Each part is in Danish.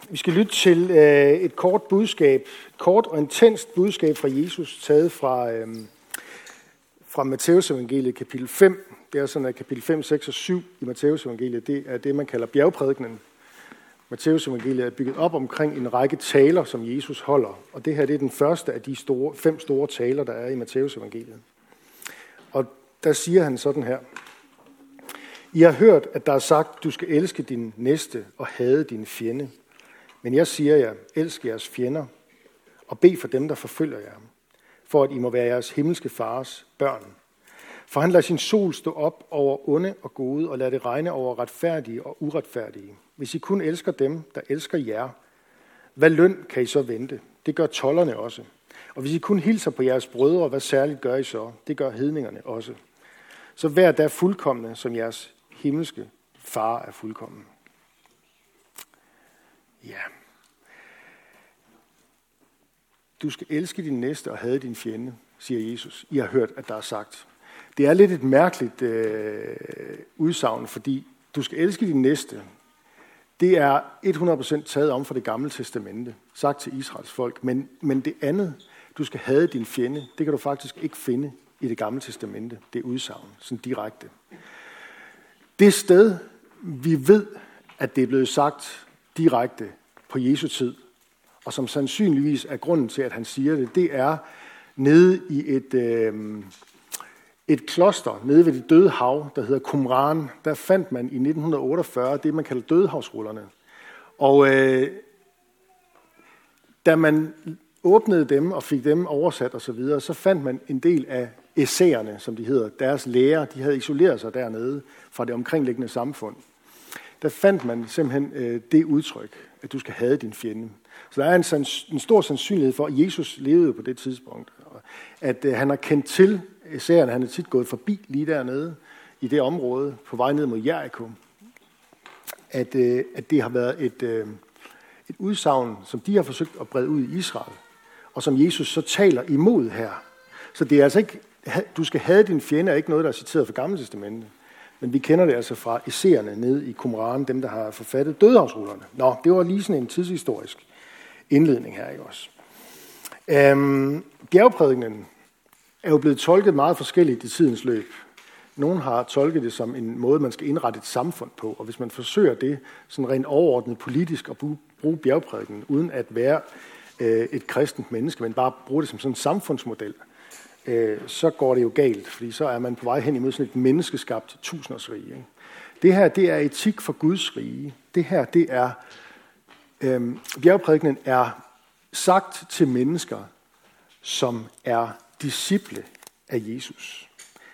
Vi skal lytte til et kort og intenst budskab fra Jesus, taget fra Matteus evangeliet kapitel 5. Det er sådan, at kapitel 5, 6 og 7 i Matteus evangeliet, det er det, man kalder bjergprædikenen. Matteus evangeliet er bygget op omkring en række taler, som Jesus holder. Og det her det er den første af de 5 store taler, der er i Matteus evangeliet. Og der siger han sådan her: I har hørt, at der er sagt, du skal elske din næste og hade din fjende. Men jeg siger jer, elsk jeres fjender og bed for dem, der forfølger jer, for at I må være jeres himmelske fars børn. For han lader sin sol stå op over onde og gode, og lader det regne over retfærdige og uretfærdige. Hvis I kun elsker dem, der elsker jer, hvad løn kan I så vente? Det gør tolderne også. Og hvis I kun hilser på jeres brødre, hvad særligt gør I så? Det gør hedningerne også. Så vær der fuldkomne, som jeres himmelske far er fuldkommen. Ja. Du skal elske din næste og hade din fjende, siger Jesus. I har hørt, at der er sagt. Det er lidt et mærkeligt udsagn, fordi du skal elske din næste. Det er 100% taget om fra det gamle testamente, sagt til Israels folk. Men det andet, du skal hade din fjende, det kan du faktisk ikke finde i det gamle testamente. Det er udsagn, sådan direkte. Det sted, vi ved, at det er blevet sagt direkte på Jesu tid, og som sandsynligvis er grunden til, at han siger det, det er nede i et kloster, nede ved det døde hav, der hedder Qumran. Der fandt man i 1948 det, man kalder dødehavsrullerne. Og da man åbnede dem og fik dem oversat osv., så fandt man en del af essæerne, som de hedder, deres lærer, de havde isoleret sig dernede fra det omkringliggende samfund. Der fandt man simpelthen det udtryk, at du skal hade din fjende. Så der er en stor sandsynlighed for, at Jesus levede på det tidspunkt. At han har kendt til essæerne, han er tit gået forbi lige dernede i det område, på vej ned mod Jericho. At det har været et udsagn, som de har forsøgt at brede ud i Israel, og som Jesus så taler imod her. Så det er altså ikke, du skal hade din fjende, er ikke noget, der er citeret fra Gamle Testamente. Men vi kender det altså fra essæerne nede i Qumran, dem der har forfattet dødehavsrullerne. Nå, det var lige sådan en tidshistorisk indledning her, ikke også? Bjergprædikenen er jo blevet tolket meget forskelligt i tidens løb. Nogle har tolket det som en måde, man skal indrette et samfund på, og hvis man forsøger det sådan rent overordnet politisk at bruge bjergprædikenen, uden at være et kristent menneske, men bare bruge det som sådan en samfundsmodel, så går det jo galt, fordi så er man på vej hen imod sådan et menneskeskabt tusindårsrige. Ikke? Det her, det er etik for Guds rige. Det her, det er bjergprædikenen er sagt til mennesker, som er disciple af Jesus.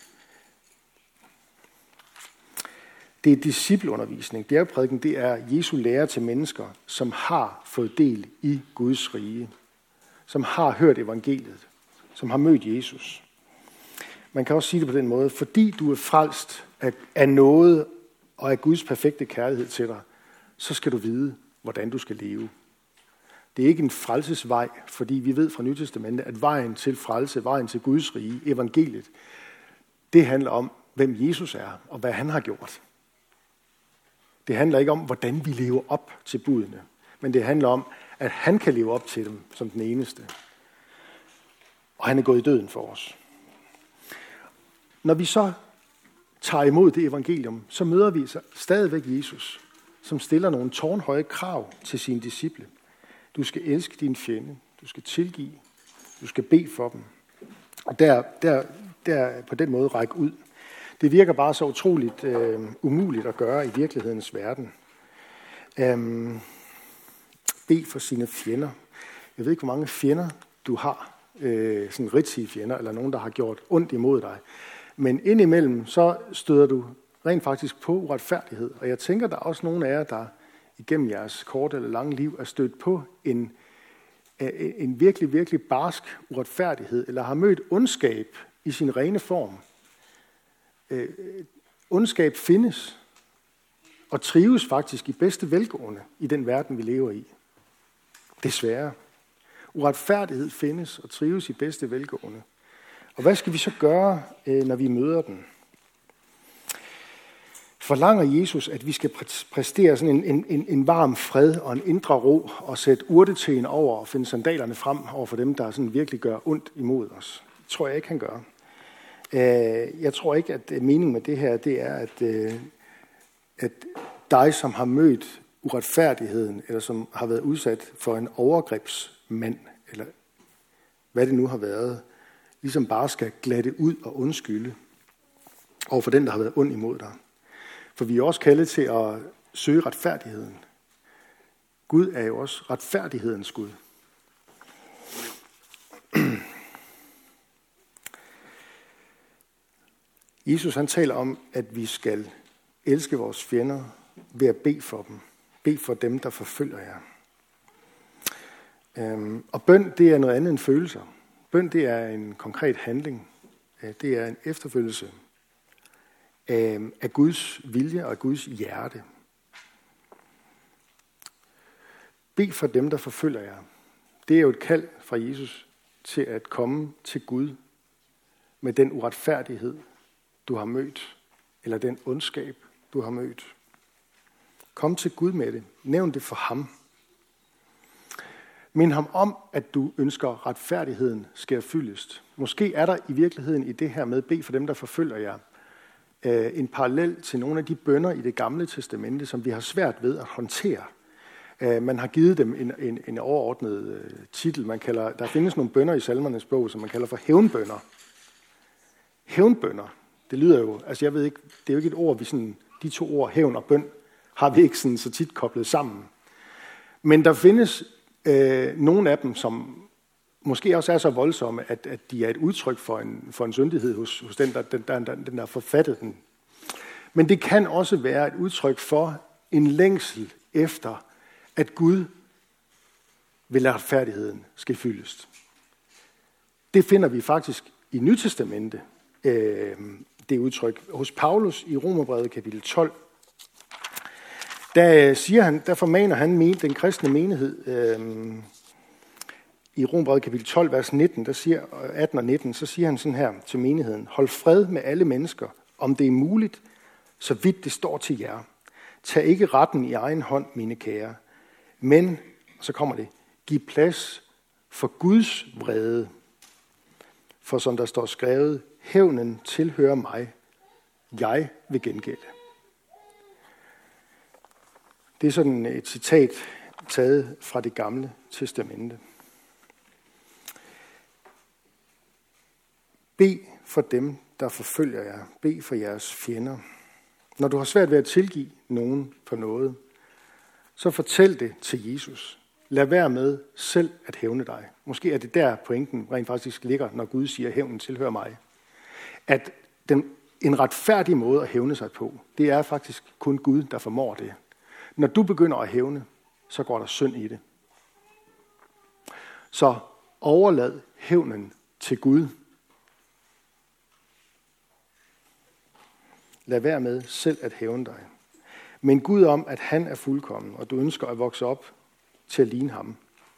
Det er discipleundervisning. Bjergprædiken, det er Jesu lære til mennesker, som har fået del i Guds rige, som har hørt evangeliet, som har mødt Jesus. Man kan også sige det på den måde, fordi du er frelst af noget og af Guds perfekte kærlighed til dig, så skal du vide, hvordan du skal leve. Det er ikke en frelsesvej, fordi vi ved fra Nye Testamente, at vejen til frelse, vejen til Guds rige, evangeliet, det handler om, hvem Jesus er og hvad han har gjort. Det handler ikke om, hvordan vi lever op til budene, men det handler om, at han kan leve op til dem som den eneste. Og han er gået i døden for os. Når vi så tager imod det evangelium, så møder vi stadigvæk Jesus, som stiller nogle tårnhøje krav til sine disciple. Du skal elske din fjende, du skal tilgive, du skal bede for dem. Og der på den måde række ud. Det virker bare så utroligt umuligt at gøre i virkelighedens verden. Bed for sine fjender. Jeg ved ikke, hvor mange fjender du har. Sådan rigtige fjender, eller nogen, der har gjort ondt imod dig. Men indimellem, så støder du rent faktisk på uretfærdighed. Og jeg tænker, der er også nogle af jer, der igennem jeres korte eller lange liv er stødt på en virkelig, virkelig barsk uretfærdighed, eller har mødt ondskab i sin rene form. Ondskab findes og trives faktisk i bedste velgående i den verden, vi lever i. Desværre. Uretfærdighed findes og trives i bedste velgående. Og hvad skal vi så gøre, når vi møder den? forlanger Jesus, at vi skal præstere sådan en varm fred og en indre ro og sætte urteteen over og finde sandalerne frem over for dem, der sådan virkelig gør ondt imod os. Det tror jeg ikke, han gør. Jeg tror ikke, at meningen med det her, det er, at dig, som har mødt uretfærdigheden, eller som har været udsat for en overgrebsmand, eller hvad det nu har været, ligesom bare skal glatte ud og undskylde over for den, der har været ond imod dig. For vi er også kaldet til at søge retfærdigheden. Gud er jo også retfærdighedens Gud. Jesus han taler om, at vi skal elske vores fjender ved at bede for dem. Bed for dem, der forfølger jer. Og bøn, det er noget andet end følelser. Bøn, det er en konkret handling. Det er en efterfølgelse af Guds vilje og af Guds hjerte. Bed for dem, der forfølger jer. Det er jo et kald fra Jesus til at komme til Gud med den uretfærdighed, du har mødt, eller den ondskab, du har mødt. Kom til Gud med det. Nævn det for ham. Mind ham om, at du ønsker retfærdigheden skal fyldest. Måske er der i virkeligheden i det her med bed for dem, der forfølger jer, en parallel til nogle af de bønner i det gamle testamente, som vi har svært ved at håndtere. Man har givet dem en overordnet titel. Der findes nogle bønner i Salmernes bog, som man kalder for hævnbønner. Hævnbønner, det lyder jo, altså jeg ved ikke, det er jo ikke et ord, vi sådan, de to ord, hævn og bøn, har vi ikke sådan så tit koblet sammen. Men der findes nogle af dem, som måske også er så voldsomme, at de er et udtryk for en syndighed hos den, der har forfattet den. Men det kan også være et udtryk for en længsel efter, at Gud vil lade retfærdigheden ske fyldest. Det finder vi faktisk i Nytestamentet, det udtryk. Hos Paulus i Romerbrevet kapitel 12, der formaner han den kristne menighed i Romerbrevet kapitel 12, vers 19, 18 og 19, så siger han sådan her til menigheden: hold fred med alle mennesker, om det er muligt, så vidt det står til jer. Tag ikke retten i egen hånd, mine kære, men, så kommer det, giv plads for Guds vrede. For som der står skrevet, hævnen tilhører mig, jeg vil gengælde. Det er sådan et citat taget fra det gamle testamente. Bed for dem, der forfølger jer. Bed for jeres fjender. Når du har svært ved at tilgive nogen for noget, så fortæl det til Jesus. Lad være med selv at hævne dig. Måske er det der pointen rent faktisk ligger, når Gud siger, at hævnen tilhører mig. At en retfærdig måde at hævne sig på, det er faktisk kun Gud, der formår det. Når du begynder at hævne, så går der synd i det. Så overlad hævnen til Gud. Lad være med selv at hævne dig. Men Gud om, at han er fuldkommen, og du ønsker at vokse op til at ligne ham.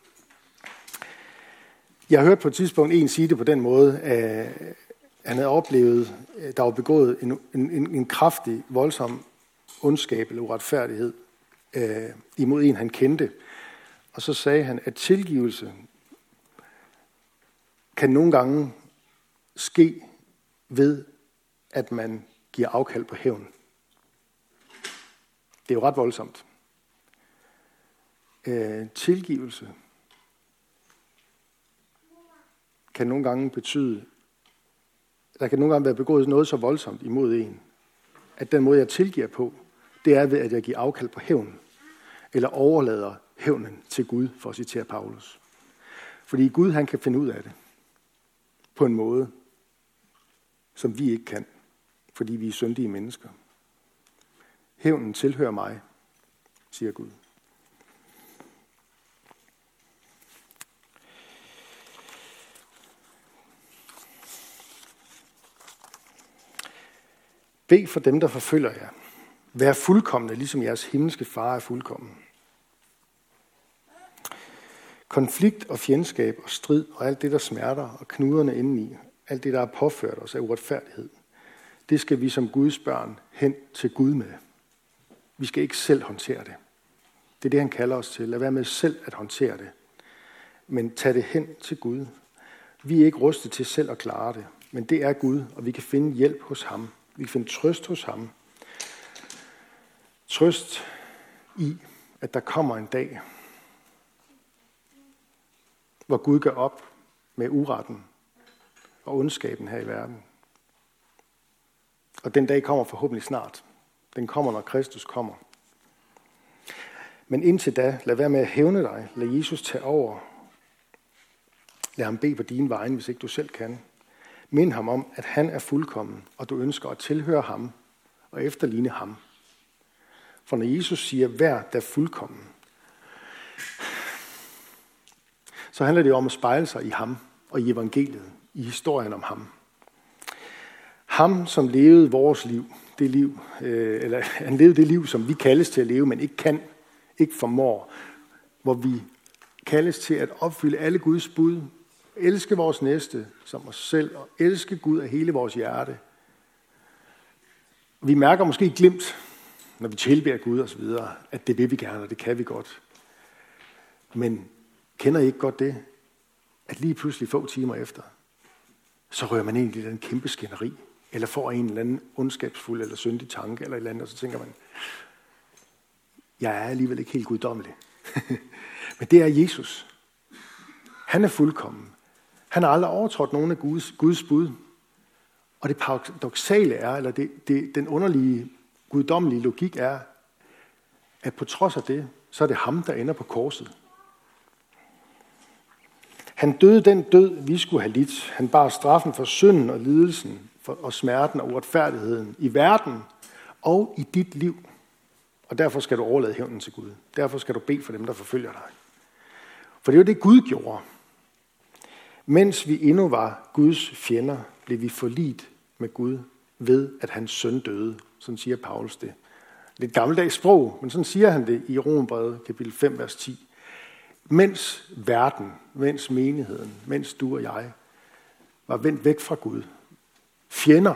Jeg har hørt på et tidspunkt en sige det på den måde, at han havde oplevet, at der var begået en kraftig, voldsom ondskab eller uretfærdighed imod en, han kendte. Og så sagde han, at tilgivelse kan nogle gange ske ved, at man giver afkald på hævn. Det er jo ret voldsomt. Tilgivelse kan nogle gange betyde, der kan nogle gange være begået noget så voldsomt imod en, at den måde, jeg tilgiver på, det er ved, at jeg giver afkald på hævn, eller overlader hævnen til Gud, for at citere Paulus. Fordi Gud, han kan finde ud af det på en måde, som vi ikke kan, fordi vi er syndige mennesker. Hævnen tilhører mig, siger Gud. Bed for dem, der forfølger jer. Vær fuldkomne, ligesom jeres himmelske far er fuldkommen. Konflikt og fjendskab og strid og alt det, der smerter og knuderne indeni, alt det, der er påført os af uretfærdighed, det skal vi som Guds børn hen til Gud med. Vi skal ikke selv håndtere det. Det er det, han kalder os til. Lad være med selv at håndtere det. Men tag det hen til Gud. Vi er ikke rustet til selv at klare det. Men det er Gud, og vi kan finde hjælp hos ham. Vi kan finde trøst hos ham. Trøst i, at der kommer en dag, hvor Gud gør op med uretten og ondskaben her i verden. Og den dag kommer forhåbentlig snart. Den kommer, når Kristus kommer. Men indtil da, lad være med at hævne dig. Lad Jesus tage over. Lad ham bede på dine vegne, hvis ikke du selv kan. Mind ham om, at han er fuldkommen, og du ønsker at tilhøre ham og efterligne ham. For når Jesus siger, vær da fuldkommen, så handler det om at spejle sig i ham og i evangeliet, i historien om ham. Ham, som levede vores liv, han levede det liv, som vi kaldes til at leve, men ikke kan, ikke formår, hvor vi kaldes til at opfylde alle Guds bud, elske vores næste som os selv, og elske Gud af hele vores hjerte. Vi mærker måske glimt, når vi tilbeder Gud og så videre, at det vil vi gerne, og det kan vi godt. Men kender I ikke godt det, at lige pludselig få timer efter, så rører man ind i den kæmpe skænderi, eller får en eller anden ondskabsfuld eller syndig tanke, eller et eller andet, og så tænker man, jeg er alligevel ikke helt guddommelig. Men det er Jesus. Han er fuldkommen. Han har aldrig overtrådt nogen af Guds bud. Og det paradoksale er, eller den underlige, guddommelige logik er, at på trods af det, så er det ham, der ender på korset. Han døde den død, vi skulle have lidt. Han bar straffen for synden og lidelsen og smerten og uretfærdigheden i verden og i dit liv. Og derfor skal du overlade hævnen til Gud. Derfor skal du bede for dem, der forfølger dig. For det er jo det, Gud gjorde. Mens vi endnu var Guds fjender, blev vi forlidt med Gud ved, at hans søn døde. Sådan siger Paulus det. Lidt gammeldags sprog, men sådan siger han det i Romerbrevet kapitel 5, vers 10. Mens verden, mens menigheden, mens du og jeg var vendt væk fra Gud, fjender,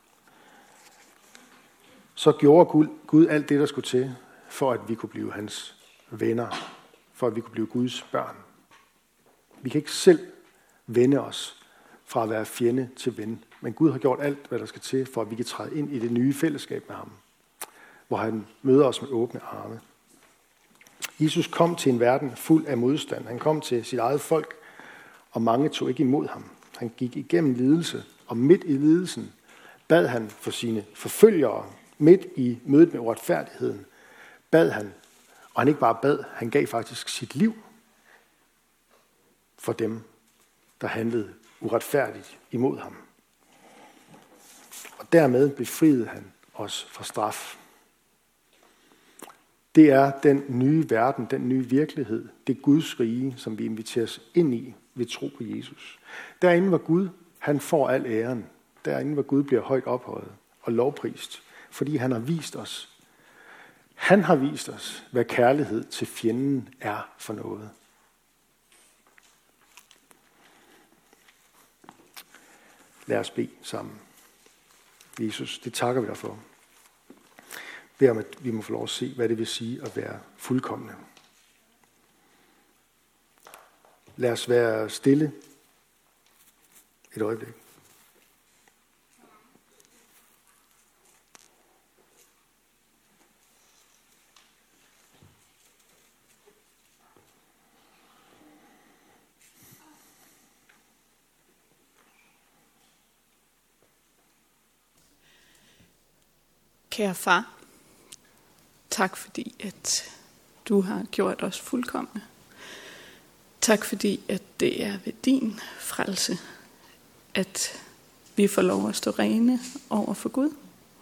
så gjorde Gud alt det, der skulle til, for at vi kunne blive hans venner, for at vi kunne blive Guds børn. Vi kan ikke selv vende os fra at være fjende til ven, men Gud har gjort alt, hvad der skal til, for at vi kan træde ind i det nye fællesskab med ham, hvor han møder os med åbne arme. Jesus kom til en verden fuld af modstand. Han kom til sit eget folk, og mange tog ikke imod ham. Han gik igennem lidelse, og midt i lidelsen bad han for sine forfølgere. Midt i mødet med uretfærdigheden bad han, og han ikke bare bad, han gav faktisk sit liv for dem, der handlede uretfærdigt imod ham. Og dermed befriede han os fra straf. Det er den nye verden, den nye virkelighed, det Guds rige, som vi inviteres ind i ved tro på Jesus. Derinde hvor Gud, han får al æren. Derinde hvor Gud bliver højt ophøjet og lovprist, fordi han har vist os. Han har vist os, hvad kærlighed til fjenden er for noget. Lad os bede sammen. Jesus, det takker vi dig for. Bed om, at vi må få lov at se, hvad det vil sige at være fuldkomne. Lad os være stille et øjeblik. Kære far, tak fordi, at du har gjort os fuldkomne. Tak fordi, at det er ved din frelse, at vi får lov at stå rene over for Gud.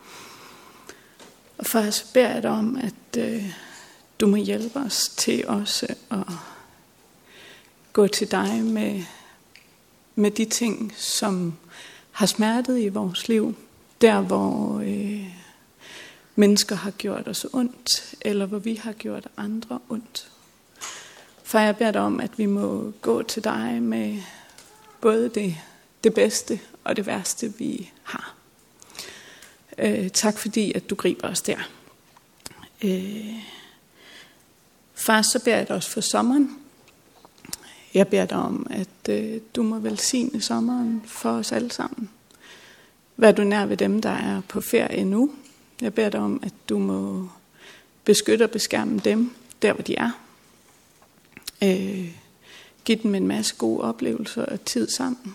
Og far, så beder jeg dig om, at du må hjælpe os til også at gå til dig med de ting, som har smertet i vores liv. Der, hvor mennesker har gjort os ondt, eller hvor vi har gjort andre ondt. Far, jeg beder dig om, at vi må gå til dig med både det bedste og det værste, vi har. Tak fordi, at du griber os der. Far, så beder jeg dig også for sommeren. Jeg beder dig om, at du må velsigne sommeren for os alle sammen. Vær du nær ved dem, der er på ferie nu. Jeg beder dig om, at du må beskytte og beskærme dem, der hvor de er. Giv dem en masse gode oplevelser og tid sammen.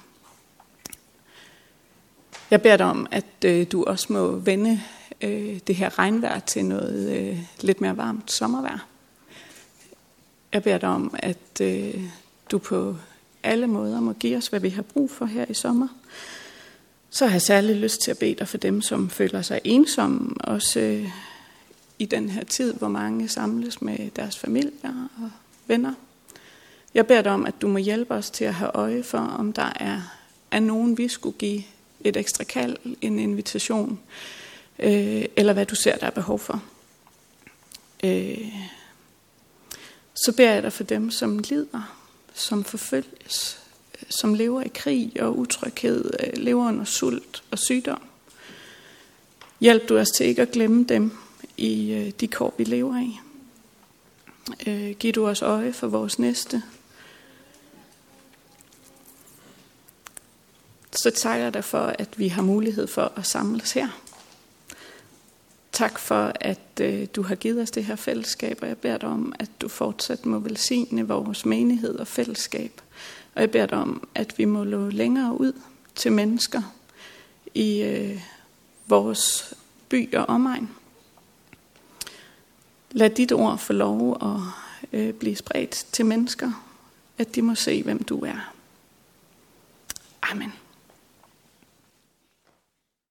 Jeg beder dig om, at du også må vende det her regnvejr til noget lidt mere varmt sommervejr. Jeg beder dig om, at du på alle måder må give os, hvad vi har brug for her i sommer. Så har jeg særlig lyst til at bede dig for dem, som føler sig ensomme, også i den her tid, hvor mange samles med deres familier og venner. Jeg beder dig om, at du må hjælpe os til at have øje for, om der er nogen, vi skulle give et ekstra kald, en invitation, eller hvad du ser, der er behov for. Så beder jeg dig for dem, som lider, som forfølges, som lever i krig og utryghed, lever under sult og sygdom. Hjælp du os til ikke at glemme dem i de kår, vi lever i. Giv du os øje for vores næste. Så takker jeg dig for, at vi har mulighed for at samles her. Tak for, at du har givet os det her fællesskab, og jeg beder dig om, at du fortsat må velsigne vores menighed og fællesskab. Og jeg beder dig om, at vi må nå længere ud til mennesker i vores by og omegn. Lad dit ord få lov at blive spredt til mennesker, at de må se, hvem du er. Amen.